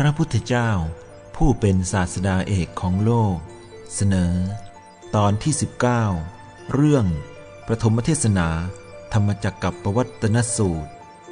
ระพุทธเจ้าผู้เป็นศาสดาเอกของโลกเสนอตอนที่19เรื่องประถมเทศนาธรรมจักกัปปวัตตนสูตร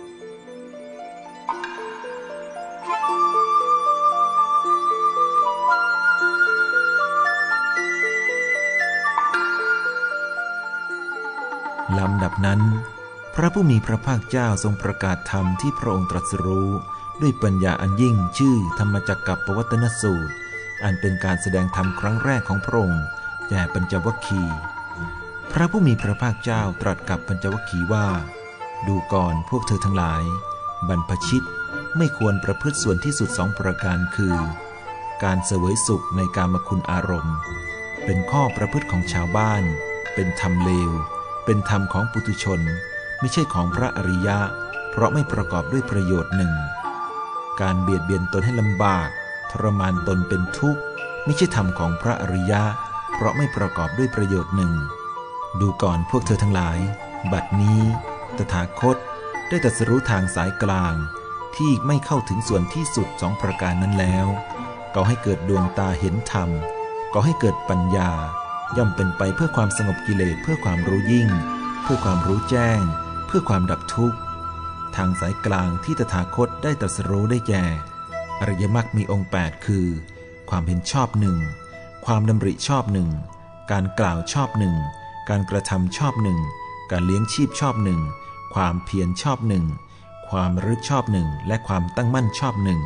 ลำดับนั้นพระผู้มีพระภาคเจ้าทรงประกาศธรรมที่พระองค์ตรัสรู้ด้วยปัญญาอันยิ่งชื่อธรรมจักกัปปวัตตนสูตรอันเป็นการแสดงธรรมครั้งแรกของพระองค์แก่ปัญจวัคคีย์พระผู้มีพระภาคเจ้าตรัสกับปัญจวัคคีย์ว่าดูก่อนพวกเธอทั้งหลายบรรพชิตไม่ควรประพฤติส่วนที่สุด2ประการคือการเสวยสุขในกามคุณอารมณ์เป็นข้อประพฤติของชาวบ้านเป็นธรรมเลวเป็นธรรมของปุถุชนไม่ใช่ของพระอริยะเพราะไม่ประกอบด้วยประโยชน์หนึ่งการเบียดเบียนตนให้ลำบากทรมานตนเป็นทุกข์ไม่ใช่ธรรมของพระอริยะเพราะไม่ประกอบด้วยประโยชน์หนึ่งดูก่อนพวกเธอทั้งหลายบัดนี้ตถาคตได้ตรัสรู้ทางสายกลางที่ไม่เข้าถึงส่วนที่สุด2ประการนั้นแล้วก็ให้เกิดดวงตาเห็นธรรมก็ให้เกิดปัญญาย่อมเป็นไปเพื่อความสงบกิเลสเพื่อความรู้ยิ่งเพื่อความรู้แจ้งเพื่อความดับทุกข์ทางสายกลางที่ตถาคตได้ตรัสรู้ได้แก่อริยมรรคมีองค์8คือความเห็นชอบหนึ่งความดำริชอบหนึ่งการกล่าวชอบหนึ่งการกระทำชอบหนึ่งการเลี้ยงชีพชอบหนึ่งความเพียรชอบหนึ่งความระลึกชอบหนึ่งและความตั้งมั่นชอบหนึ่ง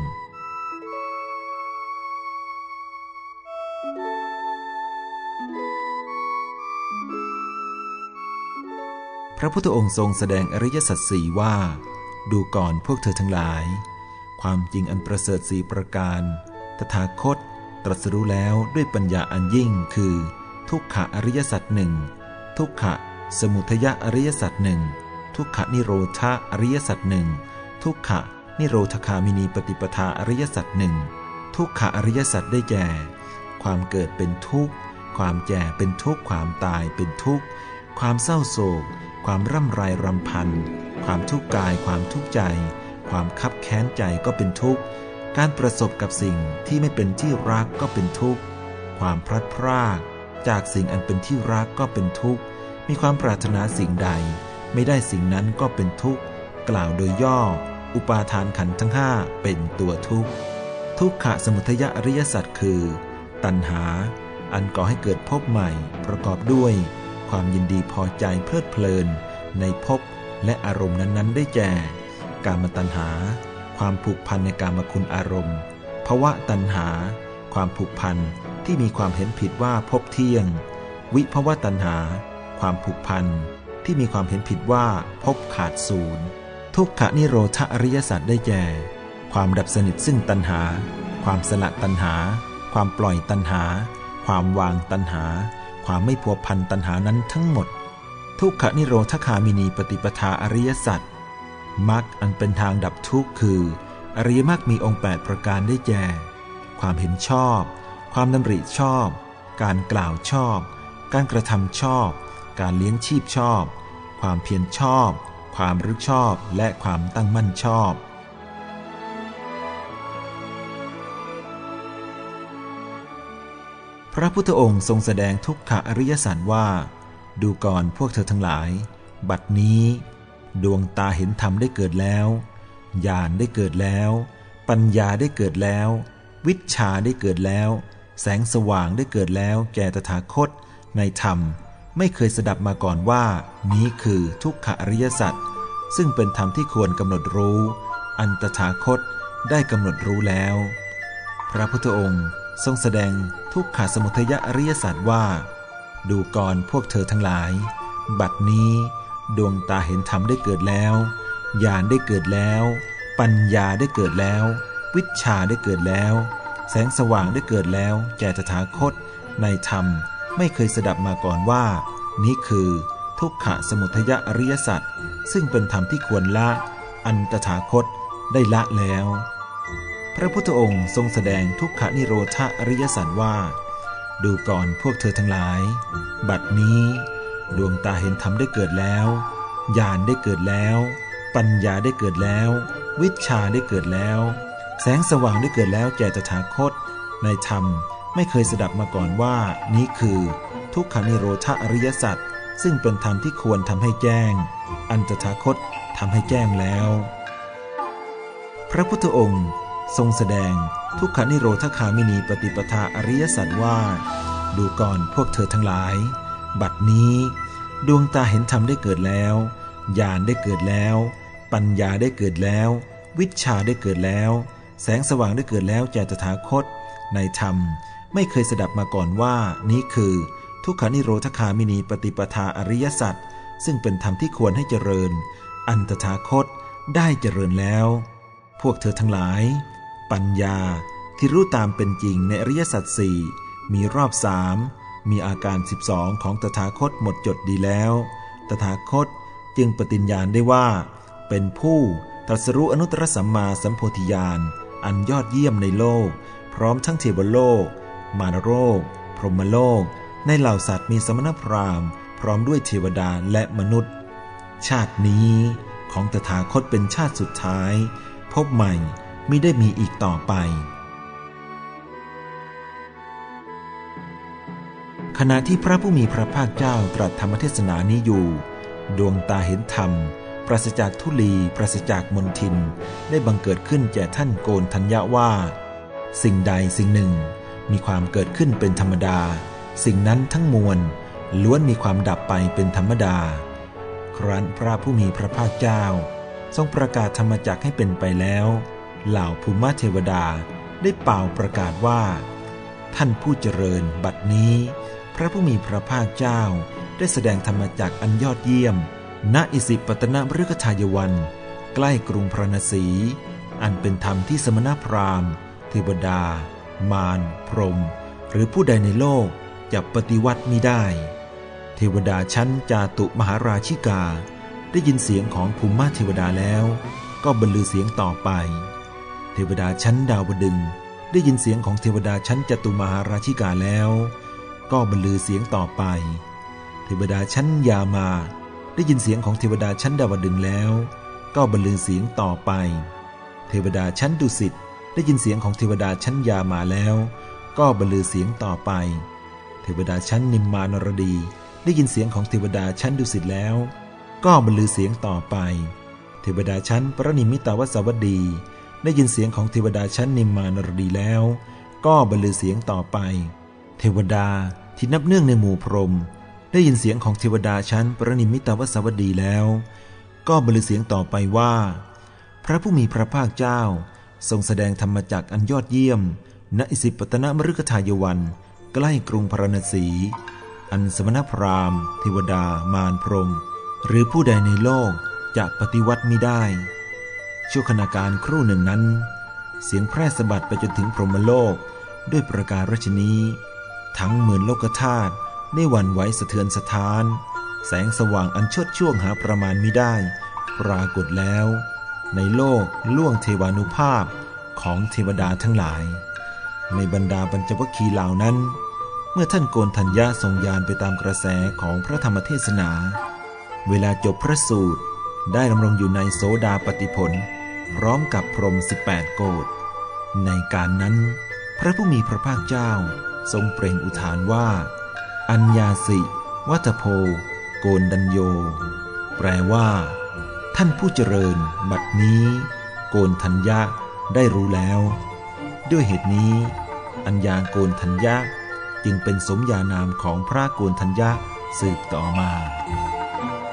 พระพุทธองค์ทรงแสดงอริยสัจสี่ว่าดูก่อนพวกเธอทั้งหลายความจริงอันประเสริฐ4ประการตถาคตตรัสรู้แล้วด้วยปัญญาอันยิ่งคือทุกขอริยสัจหนึ่งทุกขสมุทัยอริยสัจหนึ่งทุกขนิโรธอริยสัจหนึ่งทุกขนิโรธคามินีปฏิปทาอริยสัจหนึ่งทุกขอริยสัจได้แก่ความเกิดเป็นทุกข์ความแก่เป็นทุกข์ความตายเป็นทุกข์ความเศร้าโศกความร่ำไรรำพันความทุกข์กายความทุกข์ใจความคับแค้นใจก็เป็นทุกข์การประสบกับสิ่งที่ไม่เป็นที่รักก็เป็นทุกข์ความพลัดพรากจากสิ่งอันเป็นที่รักก็เป็นทุกข์มีความปรารถนาสิ่งใดไม่ได้สิ่งนั้นก็เป็นทุกข์กล่าวโดยย่ออุปาทานขันธ์ทั้ง5เป็นตัวทุกข์ทุกขสมุทัยอริยสัจคือตัณหาอันก่อให้เกิดภพใหม่ประกอบด้วยความยินดีพอใจเพลิดเพลินในภพและอารมณ์นั้นๆได้แก่กามตัณหาความผูกพันในกามคุณอารมณ์ภวตัณหาความผูกพันที่มีความเห็นผิดว่าภพเที่ยงวิภวตัณหาความผูกพันที่มีความเห็นผิดว่าภพขาดศูนย์ทุกขนิโรธอริยสัจได้แก่ความดับสนิทซึ่งตัณหาความสละตัณหาความปล่อยตัณหาความวางตัณหาความไม่พัวพันตัณหานั้นทั้งหมดทุกขนิโรธคามินีปฏิปทาอริยสัจมรรคอันเป็นทางดับทุกข์คืออริยมรรคมีองค์8ประการได้แก่ความเห็นชอบความดำริชอบการกล่าวชอบการกระทำชอบการเลี้ยงชีพชอบความเพียรชอบความรึกชอบและความตั้งมั่นชอบพระพุทธองค์ทรงแสดงทุกขอริยสัจว่าดูก่อนพวกเธอทั้งหลายบัดนี้ดวงตาเห็นธรรมได้เกิดแล้วญาณได้เกิดแล้วปัญญาได้เกิดแล้ววิชชาได้เกิดแล้วแสงสว่างได้เกิดแล้วแก่ตถาคตในธรรมไม่เคยสดับมาก่อนว่านี้คือทุกขอริยสัจซึ่งเป็นธรรมที่ควรกำหนดรู้อันตถาคตได้กำหนดรู้แล้วพระพุทธองค์ทรงแสดงทุกขสมุทัยอริยสัจว่าดูก่อนพวกเธอทั้งหลายบัดนี้ดวงตาเห็นธรรมได้เกิดแล้วญาณได้เกิดแล้วปัญญาได้เกิดแล้ววิชชาได้เกิดแล้วแสงสว่างได้เกิดแล้วแก่ตถาคตในธรรมไม่เคยสดับมาก่อนว่านี้คือทุกขสมุทัยอริยสัจซึ่งเป็นธรรมที่ควรละอันตถาคตได้ละแล้วพระพุทธองค์ทรงแสดงทุกขนิโรธอริยสัจว่าดูก่อนพวกเธอทั้งหลายบัดนี้ดวงตาเห็นธรรมได้เกิดแล้วญาณได้เกิดแล้วปัญญาได้เกิดแล้ววิชชาได้เกิดแล้วแสงสว่างได้เกิดแล้วแก่ตถาคตในธรรมไม่เคยสดับมาก่อนว่านี้คือทุกขนิโรธอริยสัจซึ่งเป็นธรรมที่ควรทำให้แจ้งอันตถาคตทำให้แจ้งแล้วพระพุทธองค์ทรงแสดงทุกขนิโรธคามินีปฏิปทาอริยสัจว่าดูก่อนพวกเธอทั้งหลายบัดนี้ดวงตาเห็นธรรมได้เกิดแล้วญาณได้เกิดแล้วปัญญาได้เกิดแล้ววิชชาได้เกิดแล้วแสงสว่างได้เกิดแล้วแก่ตถาคตในธรรมไม่เคยสดับมาก่อนว่านี้คือทุกขนิโรธคามินีปฏิปทาอริยสัจซึ่งเป็นธรรมที่ควรให้เจริญอันตถาคตได้เจริญแล้วพวกเธอทั้งหลายปัญญาที่รู้ตามเป็นจริงในอริยสัจสี่มีรอบสามมีอาการ12ของตถาคตหมดจดดีแล้วตถาคตจึงปฏิญญาณได้ว่าเป็นผู้ตรัสรู้อนุตตรสัมมาสัมโพธิญาณอันยอดเยี่ยมในโลกพร้อมทั้งเทวโลกมารโลกพรหมโลกในเหล่าสัตว์มีสมณพราหมณ์พร้อมด้วยเทวดาและมนุษย์ชาตินี้ของตถาคตเป็นชาติสุดท้ายพบใหม่มิได้มีอีกต่อไปขณะที่พระผู้มีพระภาคเจ้าตรัสธรรมเทศนานี้อยู่ดวงตาเห็นธรรมปราศจากทุลีปราศจากมลทินได้บังเกิดขึ้นแก่ท่านโกณฑัญญะว่าสิ่งใดสิ่งหนึ่งมีความเกิดขึ้นเป็นธรรมดาสิ่งนั้นทั้งมวลล้วนมีความดับไปเป็นธรรมดาครั้นพระผู้มีพระภาคเจ้าทรงประกาศธรรมจักรให้เป็นไปแล้วเหล่าภูมิเทวดาได้เป่าประกาศว่าท่านผู้เจริญบัดนี้พระผู้มีพระภาคเจ้าได้แสดงธรรมจักรอันยอดเยี่ยมณอิสิปตนมฤคทายวันใกล้กรุงพราณสีอันเป็นธรรมที่สมณพราหมณ์เทวดามารพรหมหรือผู้ใดในโลกจะปฏิวัติมิได้เทวดาชั้นจาตุมหาราชิกาได้ยินเสียงของภูมิเทวดาแล้วก็บรรลือเสียงต่อไปเทวดาชั้นดาวดึงส์ได้ยินเสียงของเทวดาชั้นจตุมหาราชิกาแล้วก็บรรลือเสียงต่อไปเทวดาชั้นยามาได้ยินเสียงของเทวดาชั้นดาวดึงส์แล้วก็บรรลือเสียงต่อไปเทวดาชั้นดุสิตได้ยินเสียงของเทวดาชั้นยามาแล้วก็บรรลือเสียงต่อไปเทวดาชั้นนิมมานรดีได้ยินเสียงของเทวดาชั้นดุสิตแล้วก็บรรลือเสียงต่อไปเทวดาชั้นปรนิมมิตาวสวัสดีได้ยินเสียงของเทวดาชั้นนิมมานรดีแล้วก็บรรลือเสียงต่อไปเทวดาที่นับเนื่องในหมู่พรหมได้ยินเสียงของเทวดาชั้นปรนิมมิตาวสวัสดีแล้วก็บรรลือเสียงต่อไปว่าพระผู้มีพระภาคเจ้าทรงแสดงธรรมจักรอันยอดเยี่ยมณอิสิปตนมฤคทายวันใกล้กรุงพราณสีอันสมณพราหมณ์เทวดามารพรหมหรือผู้ใดในโลกจะปฏิวัติมิได้ชั่วขณาการครู่หนึ่งนั้นเสียงแพร่สะบัดไปจนถึงพรหมโลกด้วยประการฉนี้ทั้งหมื่นโลกธาตุได้หวั่นไหวสะเทือนสะท้านแสงสว่างอันชดช่วงหาประมาณมิได้ปรากฏแล้วในโลกล่วงเทวานุภาพของเทวดาทั้งหลายในบรรดาปัญจวัคคีย์เหล่านั้นเมื่อท่านโกณฑัญญะทรงยานไปตามกระแสของพระธรรมเทศนาเวลาจบพระสูตรได้ดำรงอยู่ในโสดาปัตติผลพร้อมกับพรหม18 โกฏในการนั้นพระผู้มีพระภาคเจ้าทรงเปล่งอุทานว่าอัญญาสิวัฏโพโกณฑัญโยแปลว่าท่านผู้เจริญบัดนี้โกณฑัญญะได้รู้แล้วด้วยเหตุนี้อัญญาโกณฑัญญะจึงเป็นสมญานามของพระโกณฑัญญะสืบต่อมา